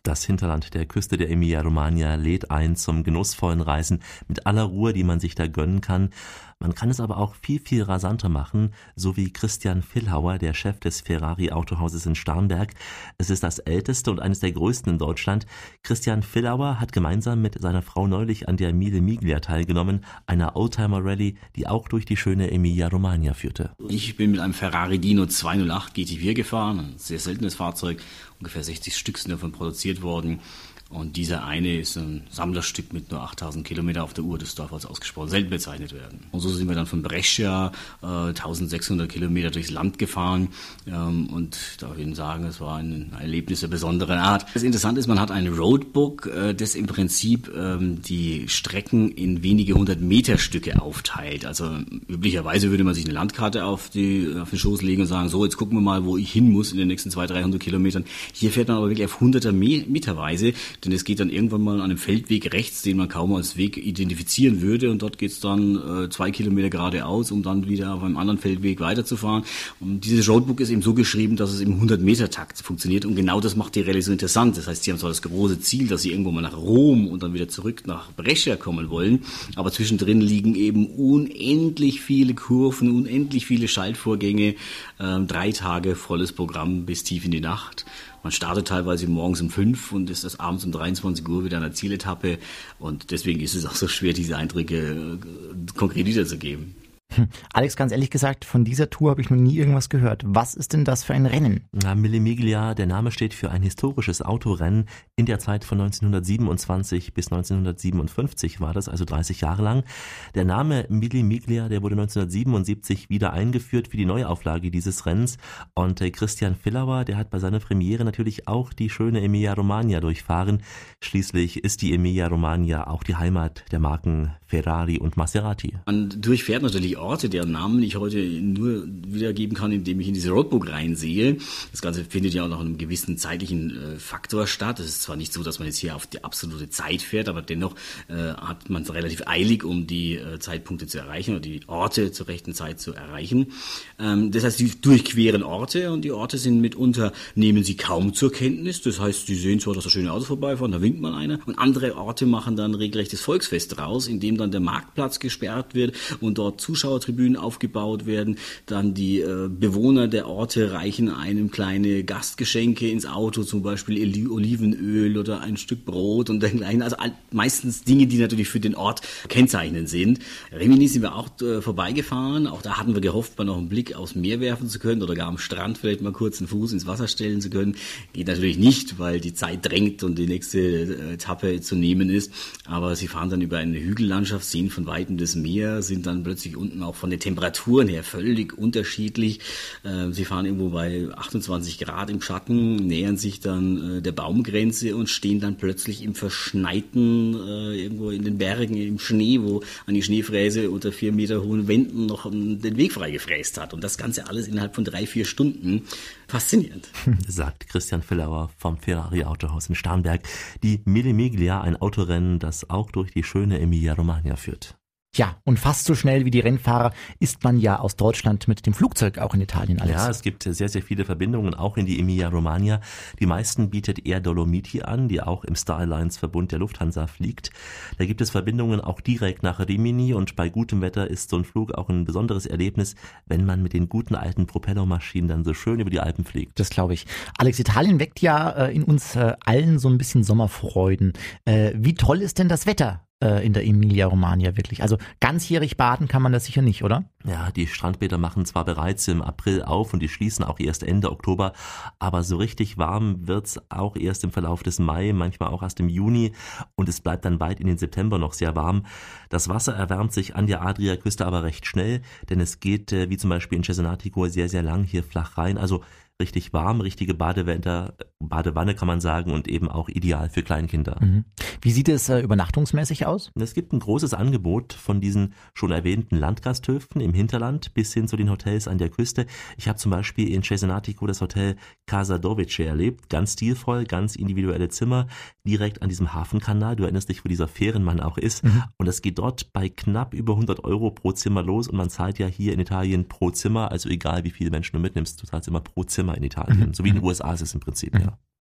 Das Hinterland der Küste der Emilia-Romagna lädt ein zum genussvollen Reisen mit aller Ruhe, die man sich da gönnen kann. Man kann es aber auch viel, viel rasanter machen, so wie Christian Villhauer, der Chef des Ferrari-Autohauses in Starnberg. Es ist das älteste und eines der größten in Deutschland. Christian Villhauer hat gemeinsam mit seiner Frau neulich an der Mille Miglia teilgenommen, einer Oldtimer-Rallye, die auch durch die schöne Emilia-Romagna führte. Ich bin mit einem Ferrari Dino zweihundertacht G T vier gefahren, ein sehr seltenes Fahrzeug, ungefähr sechzig Stück sind davon produziert worden. Und dieser eine ist ein Sammlerstück mit nur achttausend Kilometer auf der Uhr. Das darf als ausgesprochen selten bezeichnet werden. Und so sind wir dann von Brescia äh, eintausendsechshundert Kilometer durchs Land gefahren. Ähm, und darf ich Ihnen sagen, es war ein Erlebnis der besonderen Art. Das Interessante ist, man hat ein Roadbook, äh, das im Prinzip ähm, die Strecken in wenige hundert Meter Stücke aufteilt. Also üblicherweise würde man sich eine Landkarte auf, die, auf den Schoß legen und sagen, so, jetzt gucken wir mal, wo ich hin muss in den nächsten zweihundert, dreihundert Kilometern. Hier fährt man aber wirklich auf hunderter Meterweise. Denn es geht dann irgendwann mal an einem Feldweg rechts, den man kaum als Weg identifizieren würde. Und dort geht es dann äh, zwei Kilometer geradeaus, um dann wieder auf einem anderen Feldweg weiterzufahren. Und dieses Roadbook ist eben so geschrieben, dass es im hundert-Meter-Takt funktioniert. Und genau das macht die Rallye so interessant. Das heißt, sie haben zwar das große Ziel, dass sie irgendwo mal nach Rom und dann wieder zurück nach Brescia kommen wollen. Aber zwischendrin liegen eben unendlich viele Kurven, unendlich viele Schaltvorgänge. Äh, drei Tage volles Programm bis tief in die Nacht. Man startet teilweise morgens um fünf und ist das abends um dreiundzwanzig Uhr wieder an der Zieletappe. Und deswegen ist es auch so schwer, diese Eindrücke konkret wiederzugeben. Alex, ganz ehrlich gesagt, von dieser Tour habe ich noch nie irgendwas gehört. Was ist denn das für ein Rennen? Na, Mille Miglia, der Name steht für ein historisches Autorennen. In der Zeit von neunzehnhundertsiebenundzwanzig bis neunzehnhundertsiebenundfünfzig war das, also dreißig Jahre lang. Der Name Mille Miglia, der wurde neunzehnhundertsiebenundsiebzig wieder eingeführt für die Neuauflage dieses Rennens. Und äh, Christian Villhauer, der hat bei seiner Premiere natürlich auch die schöne Emilia-Romagna durchfahren. Schließlich ist die Emilia-Romagna auch die Heimat der Marken Ferrari und Maserati. Man durchfährt natürlich Orte, deren Namen ich heute nur wiedergeben kann, indem ich in diese Roadbook reinsehe. Das Ganze findet ja auch noch einem gewissen zeitlichen äh, Faktor statt. Es ist zwar nicht so, dass man jetzt hier auf die absolute Zeit fährt, aber dennoch äh, hat man es relativ eilig, um die äh, Zeitpunkte zu erreichen oder die Orte zur rechten Zeit zu erreichen. Ähm, das heißt, sie durchqueren Orte und die Orte sind mitunter, nehmen sie kaum zur Kenntnis. Das heißt, sie sehen zwar, dass da schöne Autos vorbeifahren, da winkt mal einer. Und andere Orte machen dann regelrechtes Volksfest raus, indem dann der Marktplatz gesperrt wird und dort Zuschauertribünen aufgebaut werden. Dann die äh, Bewohner der Orte reichen einem kleine Gastgeschenke ins Auto, zum Beispiel Olivenöl oder ein Stück Brot und dergleichen. Also meistens Dinge, die natürlich für den Ort kennzeichnend sind. Rimini sind wir auch äh, vorbeigefahren. Auch da hatten wir gehofft, mal noch einen Blick aufs Meer werfen zu können oder gar am Strand vielleicht mal kurz einen Fuß ins Wasser stellen zu können. Geht natürlich nicht, weil die Zeit drängt und die nächste äh, Etappe zu nehmen ist. Aber sie fahren dann über eine Hügellandschaft, sehen von Weitem das Meer, sind dann plötzlich unten auch von den Temperaturen her völlig unterschiedlich. Äh, sie fahren irgendwo bei achtundzwanzig Grad im Schatten, nähern sich dann äh, der Baumgrenze und stehen dann plötzlich im Verschneiten, äh, irgendwo in den Bergen, im Schnee, wo an die Schneefräse unter vier Meter hohen Wänden noch um, den Weg freigefräst hat. Und das Ganze alles innerhalb von drei, vier Stunden. Faszinierend. Sagt Christian Villhauer vom Ferrari Autohaus in Starnberg. Die Mille Miglia, ein Autorennen, das auch durch die schöne Emilia-Romagna führt. Ja, und fast so schnell wie die Rennfahrer ist man ja aus Deutschland mit dem Flugzeug auch in Italien, Alex. Ja, es gibt sehr, sehr viele Verbindungen auch in die Emilia-Romagna. Die meisten bietet Air Dolomiti an, die auch im Star Alliance Verbund der Lufthansa fliegt. Da gibt es Verbindungen auch direkt nach Rimini und bei gutem Wetter ist so ein Flug auch ein besonderes Erlebnis, wenn man mit den guten alten Propellermaschinen dann so schön über die Alpen fliegt. Das glaube ich. Alex, Italien weckt ja äh, in uns äh, allen so ein bisschen Sommerfreuden. Äh, wie toll ist denn das Wetter in der Emilia-Romagna wirklich? Also ganzjährig baden kann man das sicher nicht, oder? Ja, die Strandbäder machen zwar bereits im April auf und die schließen auch erst Ende Oktober, aber so richtig warm wird's auch erst im Verlauf des Mai, manchmal auch erst im Juni und es bleibt dann weit in den September noch sehr warm. Das Wasser erwärmt sich an der Adriaküste aber recht schnell, denn es geht, wie zum Beispiel in Cesenatico, sehr, sehr lang hier flach rein. Also richtig warm, richtige Badewanne, Badewanne kann man sagen und eben auch ideal für Kleinkinder. Mhm. Wie sieht es äh, übernachtungsmäßig aus? Es gibt ein großes Angebot von diesen schon erwähnten Landgasthöfen im Hinterland bis hin zu den Hotels an der Küste. Ich habe zum Beispiel in Cesenatico das Hotel Casa Dovice erlebt. Ganz stilvoll, ganz individuelle Zimmer, direkt an diesem Hafenkanal. Du erinnerst dich, wo dieser Fährenmann auch ist. Mhm. Und es geht dort bei knapp über hundert Euro pro Zimmer los und man zahlt ja hier in Italien pro Zimmer, also egal wie viele Menschen du mitnimmst, du zahlst immer pro Zimmer in Italien. Mhm. So wie in den U S A ist es im Prinzip, mhm. ja.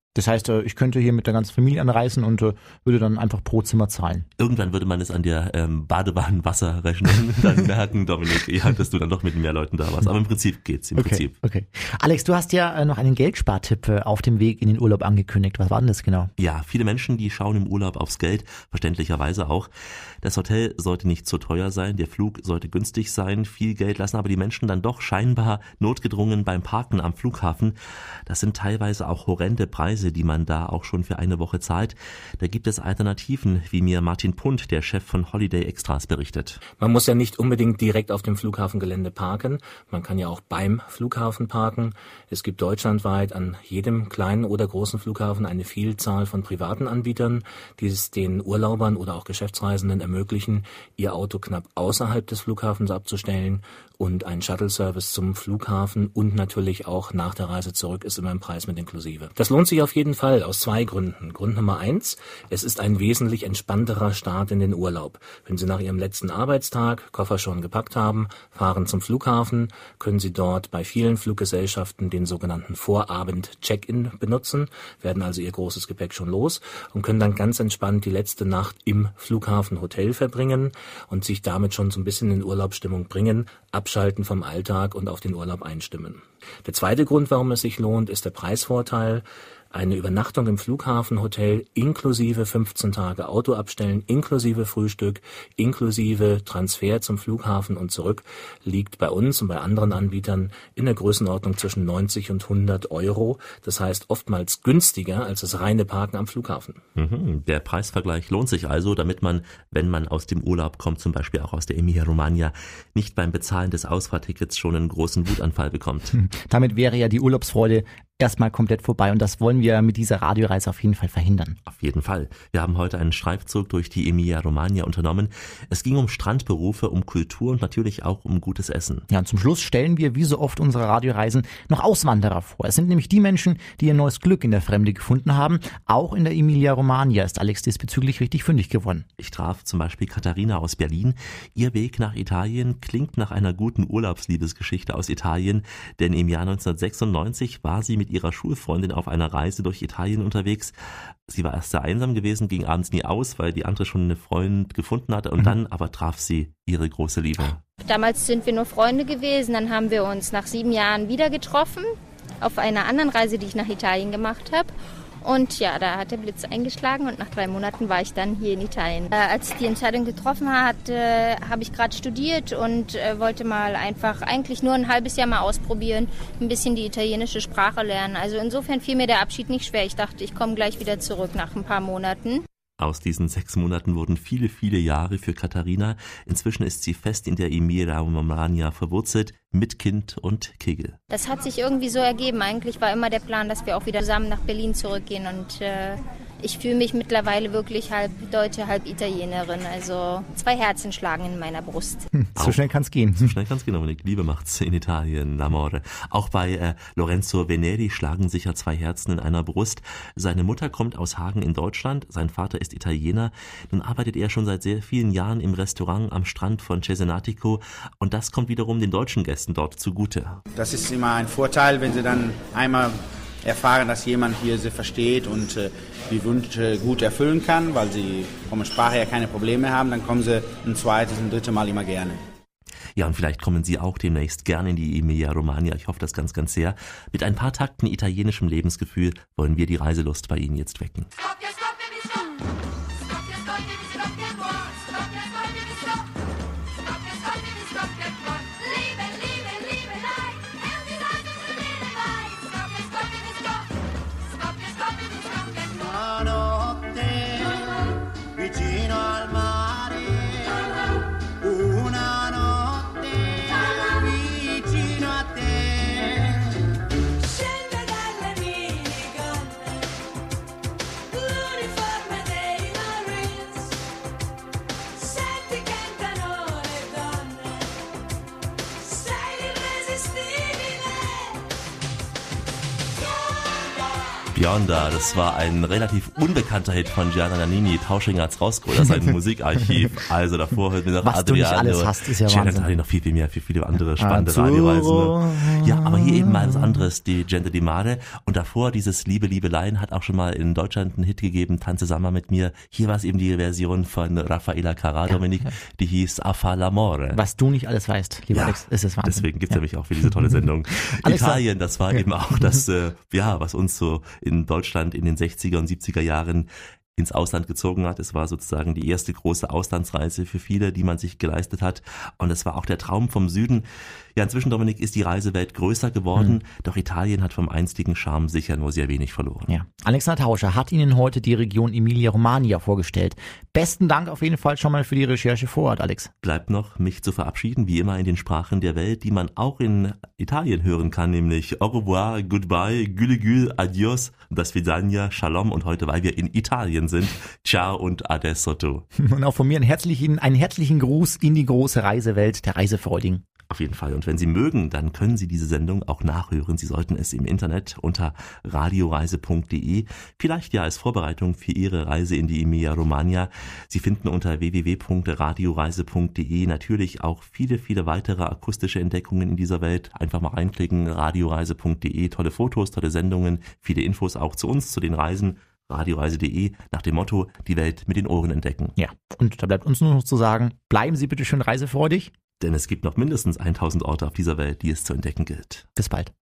Das heißt, ich könnte hier mit der ganzen Familie anreisen und würde dann einfach pro Zimmer zahlen. Irgendwann würde man es an der ähm, Badewanenwasserrechnung dann merken, Dominik, ja, dass du dann doch mit mehr Leuten da warst. Aber im Prinzip geht's, im okay, Prinzip. Okay. Alex, du hast ja noch einen Geldspartipp auf dem Weg in den Urlaub angekündigt. Was war denn das genau? Ja, viele Menschen, die schauen im Urlaub aufs Geld, verständlicherweise auch. Das Hotel sollte nicht zu teuer sein, der Flug sollte günstig sein, viel Geld lassen aber die Menschen dann doch scheinbar notgedrungen beim Parken am Flughafen. Das sind teilweise auch horrende Preise, die man da auch schon für eine Woche zahlt. Da gibt es Alternativen, wie mir Martin Punt, der Chef von Holiday Extras, berichtet. Man muss ja nicht unbedingt direkt auf dem Flughafengelände parken. Man kann ja auch beim Flughafen parken. Es gibt deutschlandweit an jedem kleinen oder großen Flughafen eine Vielzahl von privaten Anbietern, die es den Urlaubern oder auch Geschäftsreisenden ermöglichen, ihr Auto knapp außerhalb des Flughafens abzustellen, und ein Shuttle-Service zum Flughafen und natürlich auch nach der Reise zurück ist immer im Preis mit inklusive. Das lohnt sich auf jeden Fall aus zwei Gründen. Grund Nummer eins, es ist ein wesentlich entspannterer Start in den Urlaub. Wenn Sie nach Ihrem letzten Arbeitstag Koffer schon gepackt haben, fahren zum Flughafen, können Sie dort bei vielen Fluggesellschaften den sogenannten Vorabend-Check-In benutzen, werden also Ihr großes Gepäck schon los und können dann ganz entspannt die letzte Nacht im Flughafenhotel verbringen und sich damit schon so ein bisschen in Urlaubsstimmung bringen, abschalten vom Alltag und auf den Urlaub einstimmen. Der zweite Grund, warum es sich lohnt, ist der Preisvorteil. Eine Übernachtung im Flughafenhotel inklusive fünfzehn Tage Auto abstellen, inklusive Frühstück, inklusive Transfer zum Flughafen und zurück, liegt bei uns und bei anderen Anbietern in der Größenordnung zwischen neunzig und hundert Euro. Das heißt oftmals günstiger als das reine Parken am Flughafen. Mhm, der Preisvergleich lohnt sich also, damit man, wenn man aus dem Urlaub kommt, zum Beispiel auch aus der Emilia-Romagna, nicht beim Bezahlen des Ausfahrtickets schon einen großen Wutanfall bekommt. Damit wäre ja die Urlaubsfreude erstmal komplett vorbei und das wollen wir mit dieser Radioreise auf jeden Fall verhindern. Auf jeden Fall. Wir haben heute einen Streifzug durch die Emilia-Romagna unternommen. Es ging um Strandberufe, um Kultur und natürlich auch um gutes Essen. Ja, und zum Schluss stellen wir, wie so oft unsere Radioreisen, noch Auswanderer vor. Es sind nämlich die Menschen, die ihr neues Glück in der Fremde gefunden haben. Auch in der Emilia-Romagna ist Alex diesbezüglich richtig fündig geworden. Ich traf zum Beispiel Katharina aus Berlin. Ihr Weg nach Italien klingt nach einer guten Urlaubsliebesgeschichte aus Italien, denn im Jahr neunzehnhundertsechsundneunzig war sie mit ihrer Schulfreundin auf einer Reise durch Italien unterwegs. Sie war erst sehr einsam gewesen, ging abends nie aus, weil die andere schon eine Freundin gefunden hatte und mhm. dann aber traf sie ihre große Liebe. Damals sind wir nur Freunde gewesen, dann haben wir uns nach sieben Jahren wieder getroffen auf einer anderen Reise, die ich nach Italien gemacht habe. Und ja, da hat der Blitz eingeschlagen und nach drei Monaten war ich dann hier in Italien. Äh, als ich die Entscheidung getroffen hatte, äh, habe ich gerade studiert und äh, wollte mal einfach eigentlich nur ein halbes Jahr mal ausprobieren, ein bisschen die italienische Sprache lernen. Also insofern fiel mir der Abschied nicht schwer. Ich dachte, ich komme gleich wieder zurück nach ein paar Monaten. Aus diesen sechs Monaten wurden viele, viele Jahre für Katharina. Inzwischen ist sie fest in der Emilia-Romagna verwurzelt, mit Kind und Kegel. Das hat sich irgendwie so ergeben. Eigentlich war immer der Plan, dass wir auch wieder zusammen nach Berlin zurückgehen. Und äh, ich fühle mich mittlerweile wirklich halb Deutsche, halb Italienerin. Also zwei Herzen schlagen in meiner Brust. Hm, so Auch. schnell kann's gehen. So schnell kann's gehen, Dominik. Liebe macht's in Italien, l'amore. Auch bei äh, Lorenzo Veneri schlagen sich ja zwei Herzen in einer Brust. Seine Mutter kommt aus Hagen in Deutschland. Sein Vater ist Italiener. Nun arbeitet er schon seit sehr vielen Jahren im Restaurant am Strand von Cesenatico. Und das kommt wiederum den deutschen Gästen dort zugute. Das ist immer ein Vorteil, wenn sie dann einmal erfahren, dass jemand hier sie versteht und äh, die Wünsche gut erfüllen kann, weil sie von der Sprache her keine Probleme haben, dann kommen sie ein zweites und drittes Mal immer gerne. Ja, und vielleicht kommen Sie auch demnächst gerne in die Emilia-Romagna. Ich hoffe das ganz, ganz sehr. Mit ein paar Takten italienischem Lebensgefühl wollen wir die Reiselust bei Ihnen jetzt wecken. Scende dalle minigonne, l'uniforme dei Bionda, das war ein relativ unbekannter Hit von Gianna Nannini. Tauschinger hat's rausgeholt aus seinem Musikarchiv. Also davor hört mir noch Was Adriano. du nicht alles hast, ist ja Gianna Wahnsinn. noch viel, viel mehr, für viele andere spannende Azzurro. Radioreisen. Ne? Ja, aber hier eben mal was anderes, die Gente di Mare. Und davor dieses Liebe, Liebeleien hat auch schon mal in Deutschland einen Hit gegeben, Tanze Samba mit mir. Hier war es eben die Version von Raffaella Carrà, ja. Dominik, die hieß A fa l'amore. Was du nicht alles weißt, lieber ja, Alex, ist es Wahnsinn. Deswegen gibt's ja. nämlich auch für diese tolle Sendung. Italien, das war ja. eben auch das, äh, ja, was uns so in Deutschland in den sechziger und siebziger Jahren ins Ausland gezogen hat. Es war sozusagen die erste große Auslandsreise für viele, die man sich geleistet hat. Und es war auch der Traum vom Süden. Ja, inzwischen, Dominik, ist die Reisewelt größer geworden, mhm. doch Italien hat vom einstigen Charme sicher nur sehr wenig verloren. Ja. Alexander Tauscher hat Ihnen heute die Region Emilia-Romagna vorgestellt. Besten Dank auf jeden Fall schon mal für die Recherche vor Ort, Alex. Bleibt noch, mich zu verabschieden, wie immer in den Sprachen der Welt, die man auch in Italien hören kann, nämlich Au revoir, Goodbye, Güle Gül, Adios, Das Vidania, Shalom und heute, weil wir in Italien sind, Ciao und Adesso tu. Und auch von mir einen herzlichen, einen herzlichen Gruß in die große Reisewelt der Reisefreudigen. Auf jeden Fall. Und wenn Sie mögen, dann können Sie diese Sendung auch nachhören. Sie sollten es im Internet unter radioreise punkt de, vielleicht ja als Vorbereitung für Ihre Reise in die Emilia-Romagna. Sie finden unter w w w punkt radioreise punkt de natürlich auch viele, viele weitere akustische Entdeckungen in dieser Welt. Einfach mal reinklicken, radioreise punkt de, tolle Fotos, tolle Sendungen, viele Infos auch zu uns, zu den Reisen. radioreise punkt de nach dem Motto, die Welt mit den Ohren entdecken. Ja, und da bleibt uns nur noch zu sagen, bleiben Sie bitte schön reisefreudig. Denn es gibt noch mindestens tausend Orte auf dieser Welt, die es zu entdecken gilt. Bis bald.